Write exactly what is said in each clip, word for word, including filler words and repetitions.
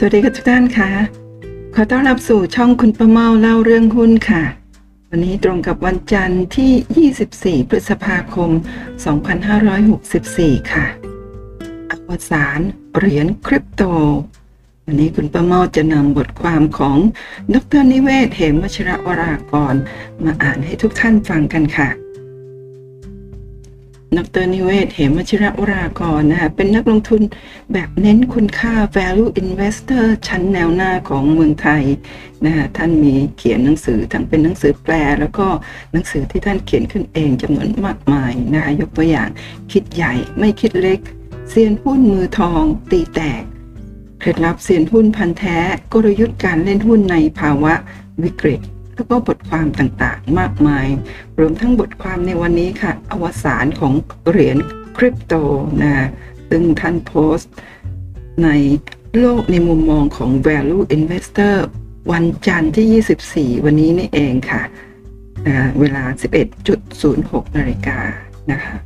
วัสดีค่ะทุกท่านค่ะขอต้อนรับสู่ช่องคุณประเมาเล่าเรื่องหุ้นค่ะวันนี้ตรงกับวันจันทร์ที่ยี่สิบสี่พฤษภาคมสองพันห้าร้อยหกสิบสี่ค่ะอวสานเหรียญคริปโตวันนี้คุณประเมาจะนำบทความของดร.นิเวศ เหมวชิรวรากรมาอ่านให้ทุกท่านฟังกันค่ะดร.นิเวศ เหมวชิรวรากรนะคะเป็นนักลงทุนแบบเน้นคุณค่า value investor ชั้นแนวหน้าของเมืองไทยนะคะท่านมีเขียนหนังสือทั้งเป็นหนังสือแปลแล้วก็หนังสือที่ท่านเขียนขึ้นเองจำนวนมากมายนะคะยกตัวอย่างคิดใหญ่ไม่คิดเล็กเซียนหุ้นมือทองตีแตกเคล็ดลับเซียนหุ้นพันแท้กลยุทธ์การเล่นหุ้นในภาวะวิกฤตแล้วก็บทความต่างๆมากมายรวมทั้งบทความในวันนี้ค่ะอวสานของเหรียญคริปโตนะซึ่งท่านโพสต์ในโลกในมุมมองของ value investor วันจันทร์ที่ยี่สิบสี่วันนี้นี่เองค่ะเวลา สิบเอ็ดศูนย์หก นาฬิกานะคะ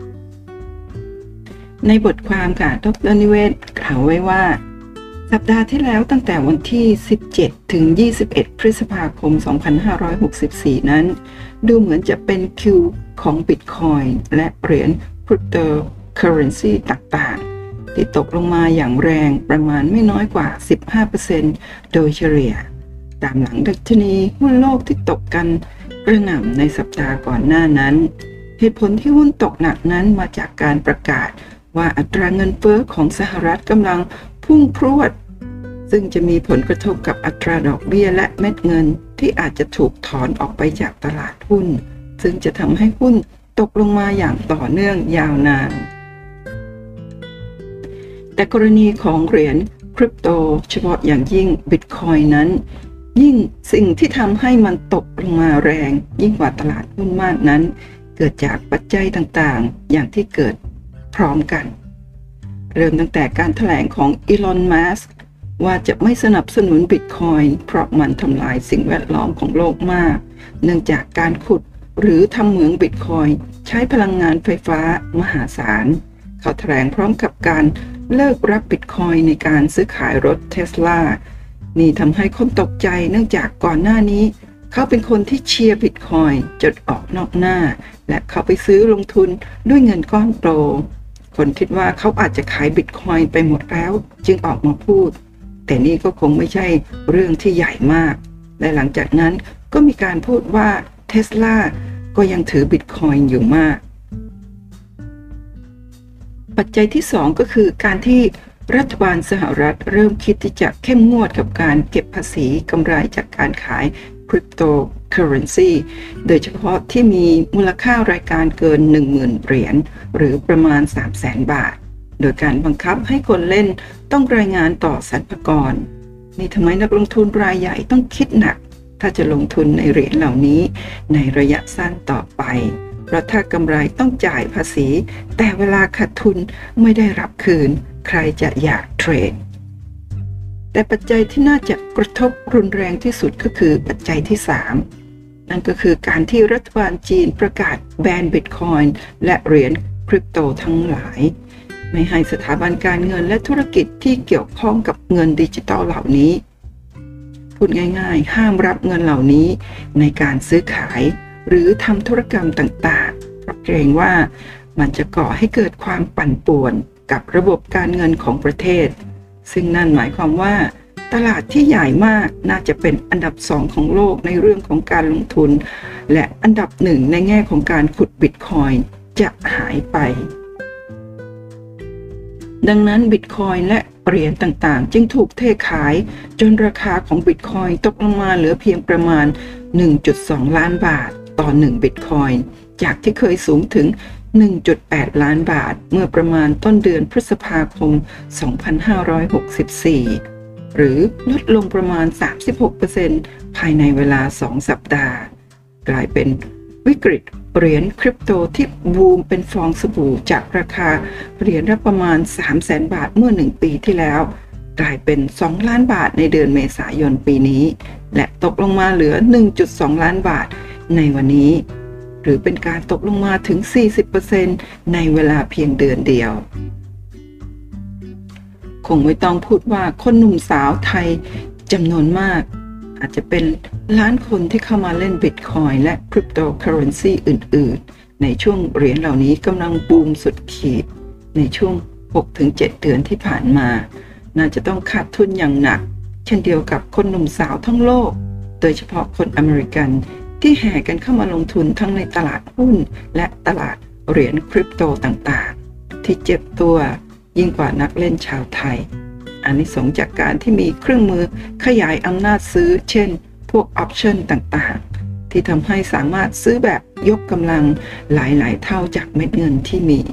ในบทความค่ะดร.นิเวศกล่าวไว้ว่าสัปดาห์ที่แล้วตั้งแต่วันที่สิบเจ็ดถึงยี่สิบเอ็ดพฤษภาคมสองพันห้าร้อยหกสิบสี่นั้นดูเหมือนจะเป็นคิวของ Bitcoin และเหรียญ Cryptocurrency ต่างๆที่ตกลงมาอย่างแรงประมาณไม่น้อยกว่า สิบห้าเปอร์เซ็นต์ โดยเฉลี่ยตามหลังดัชนีหุ้นโลกที่ตกกันกระหน่ำในสัปดาห์ก่อนหน้านั้นเหตุผลที่หุ้นตกหนักนั้นมาจากการประกาศว่าอัตราเงินเฟ้อของสหรัฐกำลังพุ่งพรวดซึ่งจะมีผลกระทบกับอัตราดอกเบี้ยและเม็ดเงินที่อาจจะถูกถอนออกไปจากตลาดหุ้นซึ่งจะทำให้หุ้นตกลงมาอย่างต่อเนื่องยาวนานแต่กรณีของเหรียญคริปโตเฉพาะอย่างยิ่ง Bitcoin นั้นยิ่งสิ่งที่ทำให้มันตกลงมาแรงยิ่งกว่าตลาดหุ้นมากนั้นเกิดจากปัจจัยต่างๆอย่างที่เกิดพร้อมกันเริ่มตั้งแต่การแถลงของอีลอน มัสก์ว่าจะไม่สนับสนุน Bitcoin เพราะมันทำลายสิ่งแวดล้อมของโลกมากเนื่องจากการขุดหรือทำเหมือง Bitcoin ใช้พลังงานไฟฟ้ามหาศาลเขาแถลงพร้อมกับการเลิกรับ Bitcoin ในการซื้อขายรถ Tesla นี่ทำให้คนตกใจเนื่องจากก่อนหน้านี้เขาเป็นคนที่เชียร์ Bitcoin จนออกนอกหน้าและเขาไปซื้อลงทุนด้วยเงินก้อนโตคนคิดว่าเขาอาจจะขาย Bitcoin ไปหมดแล้วจึงออกมาพูดแต่นี่ก็คงไม่ใช่เรื่องที่ใหญ่มากและหลังจากนั้นก็มีการพูดว่า Tesla ก็ยังถือ Bitcoin อยู่มากปัจจัยที่สองก็คือการที่รัฐบาลสหรัฐเริ่มคิดที่จะเข้มงวดกับการเก็บภาษีกำไรจากการขาย Cryptocurrency โดยเฉพาะที่มีมูลค่ารายการเกิน หนึ่งหมื่น เหรียญหรือประมาณ สามแสน บาทโดยการบังคับให้คนเล่นต้องรายงานต่อสรรพากรนี่ทำไมนักลงทุนรายใหญ่ต้องคิดหนักถ้าจะลงทุนในเหรียญเหล่านี้ในระยะสั้นต่อไปเพราะถ้ากำไรต้องจ่ายภาษีแต่เวลาขาดทุนไม่ได้รับคืนใครจะอยากเทรดแต่ปัจจัยที่น่าจะกระทบรุนแรงที่สุดก็คือปัจจัยที่สามนั่นก็คือการที่รัฐบาลจีนประกาศแบน Bitcoin และเหรียญคริปโตทั้งหลายไม่ให้สถาบันการเงินและธุรกิจที่เกี่ยวข้องกับเงินดิจิทัลเหล่านี้พูดง่ายๆห้ามรับเงินเหล่านี้ในการซื้อขายหรือทำธุรกรรมต่างๆเพราะเกรงว่ามันจะก่อให้เกิดความปั่นป่วนกับระบบการเงินของประเทศซึ่งนั่นหมายความว่าตลาดที่ใหญ่มากน่าจะเป็นอันดับสองของโลกในเรื่องของการลงทุนและอันดับหนึ่งในแง่ของการขุด Bitcoin จะหายไปดังนั้น Bitcoin และเหรียญต่างๆจึงถูกเทขายจนราคาของ Bitcoin ตกลงมาเหลือเพียงประมาณ หนึ่งจุดสอง ล้านบาทต่อหนึ่ง Bitcoin จากที่เคยสูงถึง หนึ่งจุดแปด ล้านบาทเมื่อประมาณต้นเดือนพฤษภาคม สองพันห้าร้อยหกสิบสี่ หรือลดลงประมาณ สามสิบหกเปอร์เซ็นต์ ภายในเวลาสองสัปดาห์กลายเป็นวิกฤตเหรียญคริปโตที่บูมเป็นฟองสบู่จากราคาเหรียญละประมาณ สามแสน บาทเมื่อหนึ่งปีที่แล้วกลายเป็นสองล้านบาทในเดือนเมษายนปีนี้และตกลงมาเหลือ หนึ่งจุดสอง ล้านบาทในวันนี้หรือเป็นการตกลงมาถึง สี่สิบเปอร์เซ็นต์ ในเวลาเพียงเดือนเดียวคงไม่ต้องพูดว่าคนหนุ่มสาวไทยจำนวนมากอาจจะเป็นล้านคนที่เข้ามาเล่นบิตคอยน์และคริปโตเคอเรนซีอื่นๆในช่วงเหรียญเหล่านี้กำลังบูมสุดขีดในช่วง หกถึงเจ็ด เดือนที่ผ่านมาน่าจะต้องขาดทุนอย่างหนักเช่นเดียวกับคนหนุ่มสาวทั้งโลกโดยเฉพาะคนอเมริกันที่แห่กันเข้ามาลงทุนทั้งในตลาดหุ้นและตลาดเหรียญคริปโตต่างๆที่เจ็บตัวยิ่งกว่านักเล่นชาวไทยอานิสงส์จากการที่มีเครื่องมือขยายอำนาจซื้อเช่นพวกออปชั่นต่างๆที่ทำให้สามารถซื้อแบบยกกำลังหลายๆเท่าจากเม็ดเงินที่มี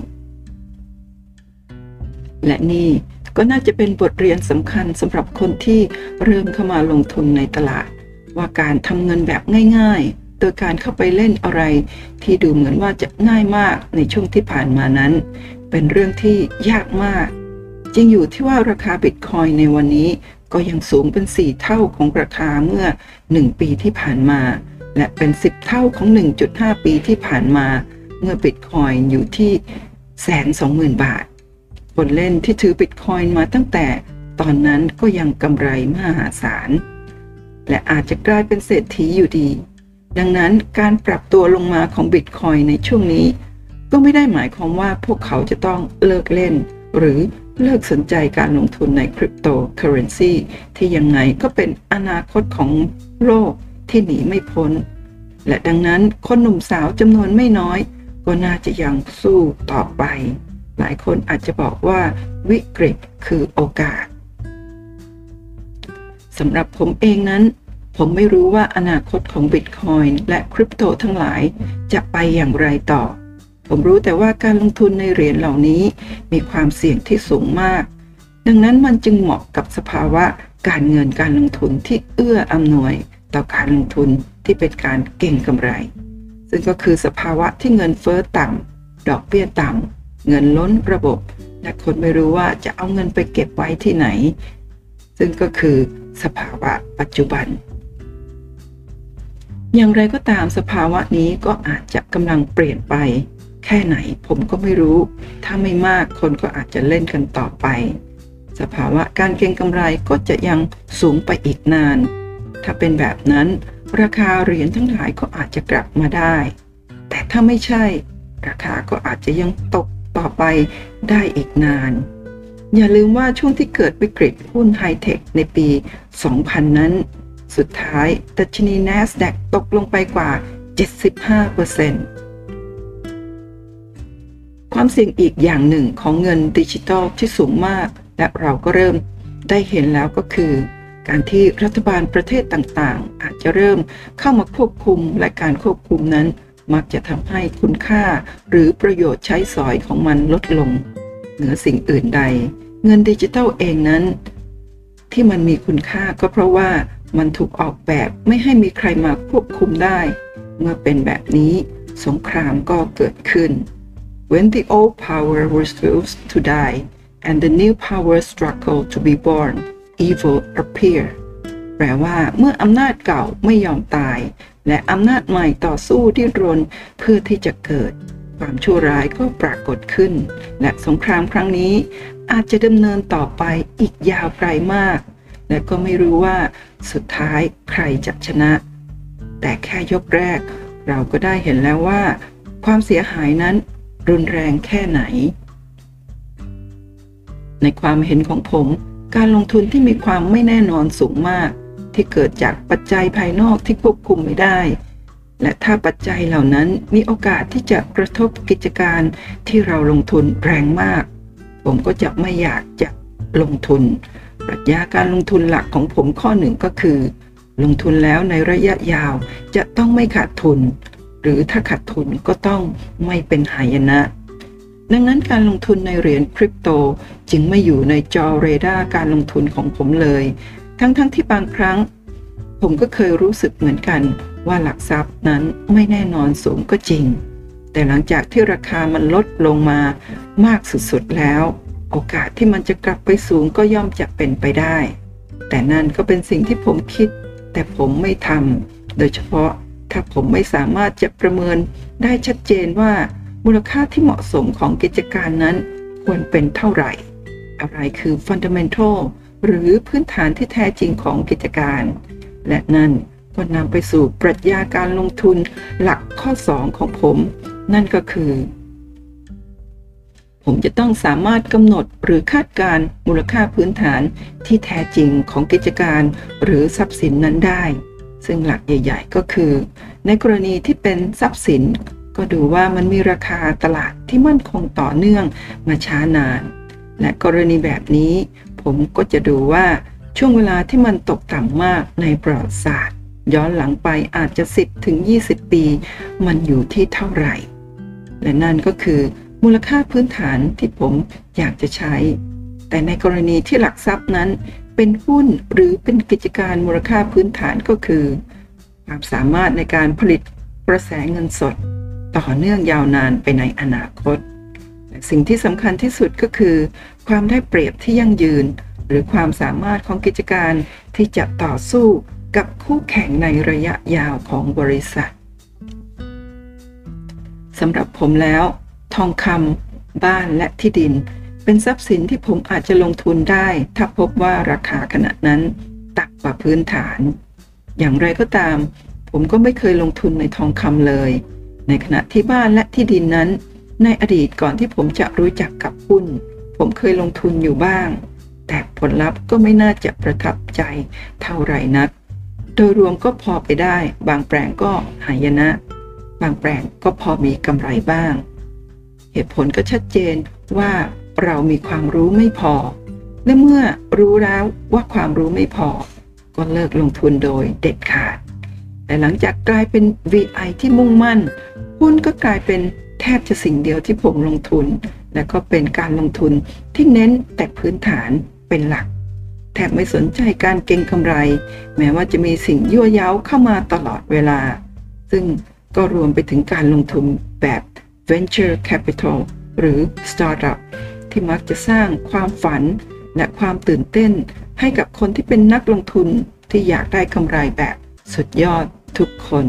และนี่ก็น่าจะเป็นบทเรียนสำคัญสำหรับคนที่เริ่มเข้ามาลงทุนในตลาดว่าการทำเงินแบบง่ายๆโดยการเข้าไปเล่นอะไรที่ดูเหมือนว่าจะง่ายมากในช่วงที่ผ่านมานั้นเป็นเรื่องที่ยากมากจริงอยู่ที่ว่าราคาบิตคอยน์ในวันนี้ก็ยังสูงเป็นสี่เท่าของราคาเมื่อหนึ่งปีที่ผ่านมาและเป็นสิบเท่าของ หนึ่งจุดห้า ปีที่ผ่านมาเมื่อบิตคอยน์อยู่ที่ หนึ่งแสนสองหมื่น บาทคนเล่นที่ถือบิตคอยน์มาตั้งแต่ตอนนั้นก็ยังกำไรมหาศาลและอาจจะกลายเป็นเศรษฐีอยู่ดีดังนั้นการปรับตัวลงมาของบิตคอยน์ในช่วงนี้ก็ไม่ได้หมายความว่าพวกเขาจะต้องเลิกเล่นหรือเลิกสนใจการลงทุนในคริปโตเคอเรนซีที่ยังไงก็เป็นอนาคตของโลกที่หนีไม่พ้นและดังนั้นคนหนุ่มสาวจำนวนไม่น้อยก็น่าจะยังสู้ต่อไปหลายคนอาจจะบอกว่าวิกฤตคือโอกาสสำหรับผมเองนั้นผมไม่รู้ว่าอนาคตของบิตคอยน์และคริปโตทั้งหลายจะไปอย่างไรต่อผมรู้แต่ว่าการลงทุนในเหรียญเหล่านี้มีความเสี่ยงที่สูงมากดังนั้นมันจึงเหมาะกับสภาวะการเงินการลงทุนที่เอื้ออำนวยต่อการลงทุนที่เป็นการเก็งกำไรซึ่งก็คือสภาวะที่เงินเฟ้อต่ำดอกเบี้ยต่ำเงินล้นระบบและคนไม่รู้ว่าจะเอาเงินไปเก็บไว้ที่ไหนซึ่งก็คือสภาวะปัจจุบันอย่างไรก็ตามสภาวะนี้ก็อาจจะกำลังเปลี่ยนไปแค่ไหนผมก็ไม่รู้ถ้าไม่มากคนก็อาจจะเล่นกันต่อไปสภาวะการเก็งกำไรก็จะยังสูงไปอีกนานถ้าเป็นแบบนั้นราคาเหรียญทั้งหลายก็อาจจะกลับมาได้แต่ถ้าไม่ใช่ราคาก็อาจจะยังตกต่อไปได้อีกนานอย่าลืมว่าช่วงที่เกิดวิกฤตหุ้นไฮเทคในปี สองพัน นั้นสุดท้ายดัชนี NASDAQ ตกลงไปกว่า เจ็ดสิบห้าเปอร์เซ็นต์ ความเสี่ยงอีกอย่างหนึ่งของเงินดิจิทัลที่สูงมากและเราก็เริ่มได้เห็นแล้วก็คือการที่รัฐบาลประเทศต่างๆอาจจะเริ่มเข้ามาควบคุมและการควบคุมนั้นมักจะทำให้คุณค่าหรือประโยชน์ใช้สอยของมันลดลงเหนือสิ่งอื่นใดเงินดิจิทัลเองนั้นที่มันมีคุณค่าก็เพราะว่ามันถูกออกแบบไม่ให้มีใครมาควบคุมได้เมื่อเป็นแบบนี้สงครามก็เกิดขึ้น When the old power refused to die and the new power struggled to be born evil appear แปลว่าเมื่ออำนาจเก่าไม่ยอมตายและอำนาจใหม่ต่อสู้ดิ้นรนเพื่อที่จะเกิดความชั่วร้ายก็ปรากฏขึ้นและสงครามครั้งนี้อาจจะดำเนินต่อไปอีกยาวไกลมากและก็ไม่รู้ว่าสุดท้ายใครจะชนะแต่แค่ยกแรกเราก็ได้เห็นแล้วว่าความเสียหายนั้นรุนแรงแค่ไหนในความเห็นของผมการลงทุนที่มีความไม่แน่นอนสูงมากที่เกิดจากปัจจัยภายนอกที่ควบคุมไม่ได้และถ้าปัจจัยเหล่านั้นมีโอกาสที่จะกระทบกิจการที่เราลงทุนแรงมากผมก็จะไม่อยากจะลงทุนปรัชญาการลงทุนหลักของผมข้อหนึ่งก็คือลงทุนแล้วในระยะยาวจะต้องไม่ขาดทุนหรือถ้าขาดทุนก็ต้องไม่เป็นหายนะดังนั้นการลงทุนในเหรียญคริปโตจึงไม่อยู่ในจอเรดาร์การลงทุนของผมเลยทั้งๆ ท, ที่บางครั้งผมก็เคยรู้สึกเหมือนกันว่าหลักทรัพย์นั้นไม่แน่นอนสูงก็จริงแต่หลังจากที่ราคามันลดลงมามากสุดๆแล้วโอกาสที่มันจะกลับไปสูงก็ย่อมจะเป็นไปได้แต่นั่นก็เป็นสิ่งที่ผมคิดแต่ผมไม่ทำโดยเฉพาะถ้าผมไม่สามารถจะประเมินได้ชัดเจนว่ามูลค่าที่เหมาะสมของกิจการนั้นควรเป็นเท่าไหร่อะไรคือ fundamental หรือพื้นฐานที่แท้จริงของกิจการและนั่นก็นำไปสู่ปรัชญาการลงทุนหลักข้อสองของผมนั่นก็คือผมจะต้องสามารถกำหนดหรือคาดการณ์มูลค่าพื้นฐานที่แท้จริงของกิจการหรือทรัพย์สินนั้นได้ซึ่งหลักใหญ่ๆก็คือในกรณีที่เป็นทรัพย์สินก็ดูว่ามันมีราคาตลาดที่มั่นคงต่อเนื่องมาช้านานและกรณีแบบนี้ผมก็จะดูว่าช่วงเวลาที่มันตกต่ำมากในประวัติศาสตร์ย้อนหลังไปอาจจะ สิบถึงยี่สิบ ปีมันอยู่ที่เท่าไหร่และนั่นก็คือมูลค่าพื้นฐานที่ผมอยากจะใช้แต่ในกรณีที่หลักทรัพย์นั้นเป็นหุ้นหรือเป็นกิจการมูลค่าพื้นฐานก็คือความสามารถในการผลิตกระแสเงินสดต่อเนื่องยาวนานไปในอนาคตและสิ่งที่สำคัญที่สุดก็คือความได้เปรียบที่ยั่งยืนหรือความสามารถของกิจการที่จะต่อสู้กับคู่แข่งในระยะยาวของบริษัทสำหรับผมแล้วทองคำบ้านและที่ดินเป็นทรัพย์สินที่ผมอาจจะลงทุนได้ถ้าพบว่าราคาขณะนั้นต่ำกว่าพื้นฐานอย่างไรก็ตามผมก็ไม่เคยลงทุนในทองคำเลยในขณะที่บ้านและที่ดินนั้นในอดีตก่อนที่ผมจะรู้จักกับหุ้นผมเคยลงทุนอยู่บ้างแต่ผลลัพธ์ก็ไม่น่าจะประทับใจเท่าไหร่นักโดยรวมก็พอไปได้บางแปลงก็หายนะบางแปลงก็พอมีกำไรบ้างเหตุผลก็ชัดเจนว่าเรามีความรู้ไม่พอและเมื่อรู้แล้วว่าความรู้ไม่พอก็เลิกลงทุนโดยเด็ดขาดแต่หลังจากกลายเป็น วี ไอ ที่มุ่งมั่นหุ้นก็กลายเป็นแทบจะสิ่งเดียวที่ผมลงทุนและก็เป็นการลงทุนที่เน้นแต่พื้นฐานเป็นหลักแทบไม่สนใจการเก็งกำไรแม้ว่าจะมีสิ่งยั่วเย้าเข้ามาตลอดเวลาซึ่งก็รวมไปถึงการลงทุนแบบ venture capital หรือ startup ที่มักจะสร้างความฝันและความตื่นเต้นให้กับคนที่เป็นนักลงทุนที่อยากได้กำไรแบบสุดยอดทุกคน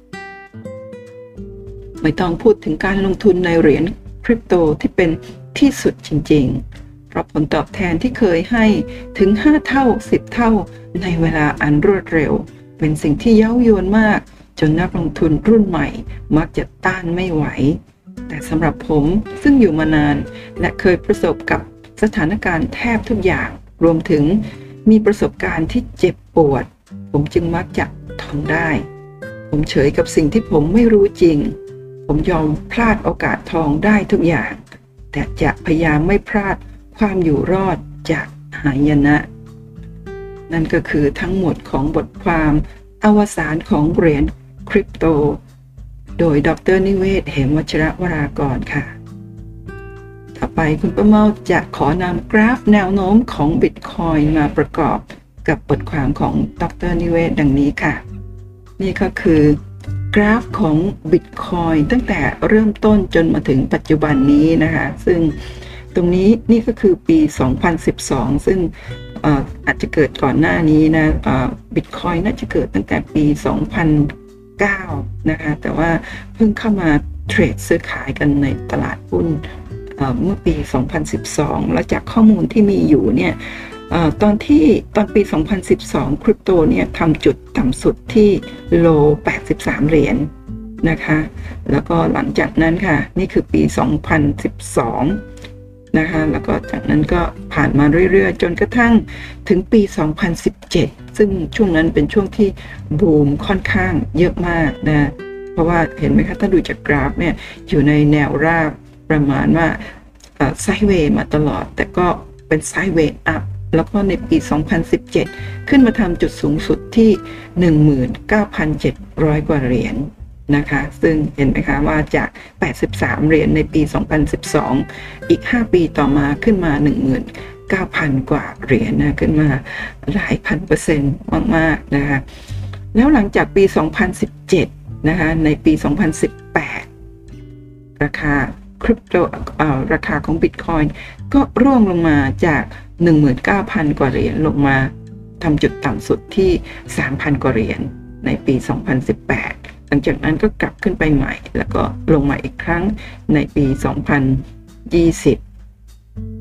ไม่ต้องพูดถึงการลงทุนในเหรียญคริปโตที่เป็นที่สุดจริงๆเพราะผลตอบแทนที่เคยให้ถึงห้าเท่าสิบเท่าในเวลาอันรวดเร็วเป็นสิ่งที่เย้ายวนมากจนนักลงทุนรุ่นใหม่มักจะต้านไม่ไหวแต่สำหรับผมซึ่งอยู่มานานและเคยประสบกับสถานการณ์แทบทุกอย่างรวมถึงมีประสบการณ์ที่เจ็บปวดผมจึงมักจะทนได้ผมเฉยกับสิ่งที่ผมไม่รู้จริงผมยอมพลาดโอกาสทองได้ทุกอย่างแต่จะพยายามไม่พลาดความอยู่รอดจากหายนะนั่นก็คือทั้งหมดของบทความอวสานของเหรียญคริปโตโดยดร.นิเวศน์ เหมวัชรวรากรค่ะต่อไปคุณป้าเมาจะขอนำกราฟแนวโน้มของ Bitcoin มาประกอบกับบทความของดร.นิเวศน์ดังนี้ค่ะนี่ก็คือกราฟของ Bitcoin ตั้งแต่เริ่มต้นจนมาถึงปัจจุบันนี้นะคะซึ่งตรงนี้นี่ก็คือปีสองพันสิบสองซึ่งอาจจะเกิดก่อนหน้านี้นะบิตคอยน์น่าจะเกิดตั้งแต่ปีสองพันเก้านะคะแต่ว่าเพิ่งเข้ามาเทรดซื้อขายกันในตลาดหุ้นเมื่อปีสองพันสิบสองแล้วจากข้อมูลที่มีอยู่เนี่ยตอนที่ตอนปีสองพันสิบสองคริปโตเนี่ยทำจุดต่ำสุดที่โลแปดสิบสามเหรียญนะคะแล้วก็หลังจากนั้นค่ะนี่คือปีสองพันสิบสองนะคะแล้วก็จากนั้นก็ผ่านมาเรื่อยๆจนกระทั่งถึงปีสองพันสิบเจ็ดซึ่งช่วงนั้นเป็นช่วงที่บูมค่อนข้างเยอะมากนะเพราะว่าเห็นไหมคะถ้าดูจากกราฟเนี่ยอยู่ในแนวราบประมาณว่าไซด์เวย์มาตลอดแต่ก็เป็นไซด์เวย์อัพแล้วก็ในปีสองพันสิบเจ็ดขึ้นมาทำจุดสูงสุดที่ หนึ่งหมื่นเก้าพันเจ็ดร้อย กว่าเหรียญนะคะซึ่งเห็นไหมคะว่าจากแปดสิบสามเหรียญในปีสองพันสิบสองอีกห้าปีต่อมาขึ้นมา หนึ่งหมื่นเก้าพัน กว่าเหรียญนะขึ้นมาหลายพันเปอร์เซ็นต์มากๆนะคะแล้วหลังจากปีสองพันสิบเจ็ดนะคะในปีสองพันสิบแปดราคาคริปโตเอ่อราคาของ Bitcoin ก็ร่วงลงมาจาก หนึ่งหมื่นเก้าพัน กว่าเหรียญลงมาทำจุดต่ำสุดที่ สามพัน กว่าเหรียญในปีสองพันสิบแปดหลังจากนั้นก็กลับขึ้นไปใหม่แล้วก็ลงมาอีกครั้งในปีสองพันยี่สิบ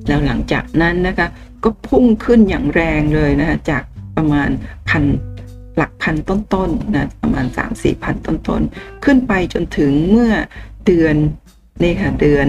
แล้วหลังจากนั้นนะคะก็พุ่งขึ้นอย่างแรงเลยนะคะจากประมาณพันหลักพันต้นๆนะประมาณ สามถึงสี่พัน ต้นๆขึ้นไปจนถึงเมื่อเดือนนี่ค่ะเดือน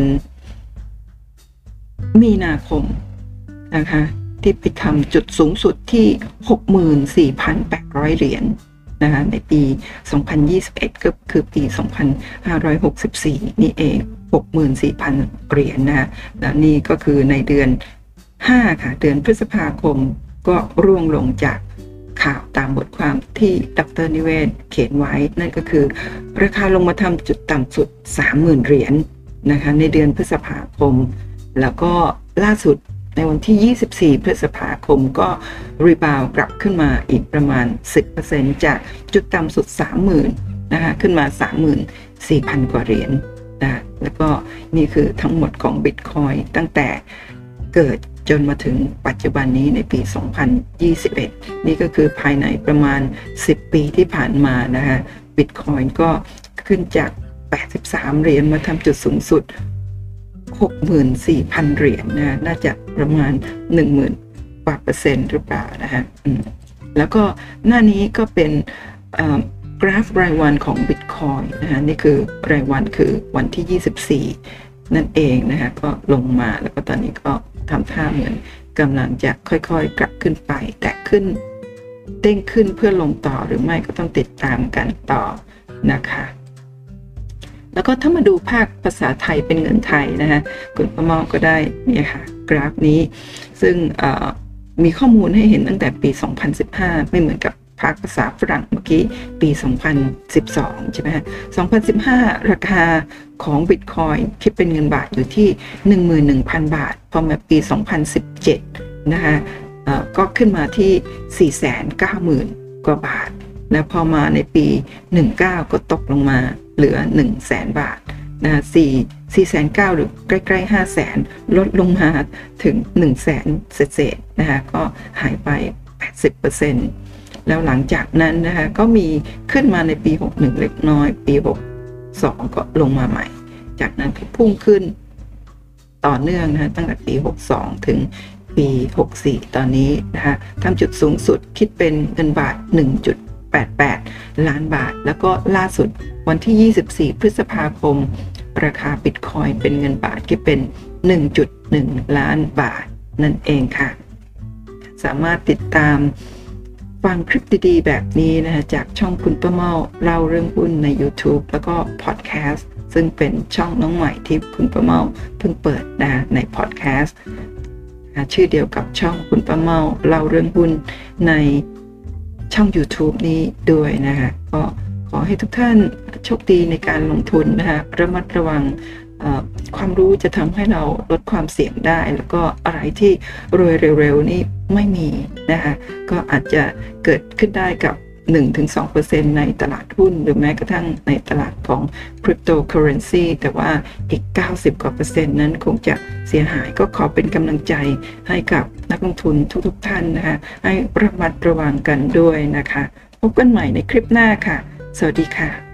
มีนาคมนะคะที่ไปทำจุดสูงสุดที่ หกหมื่นสี่พันแปดร้อย เหรียญนะคะในปี สองพันยี่สิบเอ็ด ก็คือปี สองพันห้าร้อยหกสิบสี่ นี่เอง หกหมื่นสี่พัน เหรียญนะแล้วนี่ก็คือในเดือนห้าค่ะเดือนพฤษภาคมก็ร่วงลงจากข่าวตามบทความที่ดร.นิเวศเขียนไว้นั่นก็คือราคาลงมาทำจุดต่ำสุด สามหมื่น เหรียญนะคะในเดือนพฤษภาคมแล้วก็ล่าสุดในวันที่ยี่สิบสี่พฤษภาคมก็รีบาวกลับขึ้นมาอีกประมาณ สิบเปอร์เซ็นต์ จากจุดต่ำสุด สามหมื่น นะคะขึ้นมา สามหมื่นสี่พัน กว่าเหรียญนะแล้วก็นี่คือทั้งหมดของ Bitcoin ตั้งแต่เกิดจนมาถึงปัจจุบันนี้ในปี สองพันยี่สิบเอ็ด นี่ก็คือภายในประมาณสิบปีที่ผ่านมานะคะ Bitcoin ก็ขึ้นจากแปดสิบสามเหรียญมาทำจุดสูงสุด หกหมื่นสี่พัน เหรียญนะน่าจะประมาณ หนึ่งหมื่น กว่าเปอร์เซ็นต์หรือเปล่านะคะแล้วก็หน้านี้ก็เป็นกราฟรายวันของ Bitcoin นะคะนี่คือรายวันคือวันที่ยี่สิบสี่นั่นเองนะคะก็ลงมาแล้วก็ตอนนี้ก็ทำท่าเหมือนกำลังจะค่อยๆกลับขึ้นไปแต่ขึ้นเด้งขึ้นเพื่อลงต่อหรือไม่ก็ต้องติดตามกันต่อนะคะแล้วก็ถ้ามาดูภาคภาษาไทยเป็นเงินไทยนะคะคุณประเมาก็ได้เนี่ยค่ะกราฟนี้ซึ่งมีข้อมูลให้เห็นตั้งแต่ปีสองพันสิบห้าไม่เหมือนกับภาคภาษาฝรั่งเมื่อกี้ปีสองพันสิบสองใช่ไหมฮะสองพันสิบห้าราคาของ Bitcoin คิดเป็นเงินบาทอยู่ที่ หนึ่งหมื่นหนึ่งพัน บาทพอมาปีสองพันสิบเจ็ดนะคะก็ขึ้นมาที่ สี่แสนเก้าหมื่น กว่าบาทแล้วพอมาในปีสิบเก้าก็ตกลงมาเหลือ หนึ่งแสน บาทนะสี่แสนเก้าหรือใกล้ๆห้าแสนลดลงมาถึง หนึ่งแสน เศษๆนะคะก็หายไป แปดสิบเปอร์เซ็นต์ แล้วหลังจากนั้นนะคะก็มีขึ้นมาในปีหกสิบเอ็ดเล็กน้อยปีหกสิบสองก็ลงมาใหม่จากนั้นก็พุ่งขึ้นต่อเนื่องนะตั้งแต่ปีหกสิบสองถึงปีหกสิบสี่ตอนนี้นะคะทำจุดสูงสุดคิดเป็นเงินบาท หนึ่งจุดแปดแปด ล้านบาทแล้วก็ล่าสุดวันที่ยี่สิบสี่พฤษภาคมราคา Bitcoin เป็นเงินบาทคิดเป็น หนึ่งจุดหนึ่ง ล้านบาทนั่นเองค่ะสามารถติดตามฟังคลิปดีๆแบบนี้นะคะจากช่องคุณป้าเมาเล่าเรื่องหุ้นใน YouTube แล้วก็พอดแคสต์ซึ่งเป็นช่องน้องใหม่ที่คุณป้าเมาเพิ่งเปิดนะในพอดแคสต์ชื่อเดียวกับช่องคุณป้าเมาเล่าเรื่องหุ้นในช่อง YouTube นี้ด้วยนะคะก็ขอให้ทุกท่านโชคดีในการลงทุนนะคะระมัดระวังความรู้จะทำให้เราลดความเสี่ยงได้แล้วก็อะไรที่รวยเร็วๆนี่ไม่มีนะคะก็อาจจะเกิดขึ้นได้กับ หนึ่งถึงสองเปอร์เซ็นต์ ในตลาดหุ้นหรือแม้กระทั่งในตลาดของ Cryptocurrency แต่ว่าอีกเก้าสิบกว่าเปอร์เซ็นต์นั้นคงจะเสียหายก็ขอเป็นกำลังใจให้กับนักลงทุนทุกๆท่านนะคะให้ระมัดระวังกันด้วยนะคะพบกันใหม่ในคลิปหน้าค่ะสวัสดีค่ะ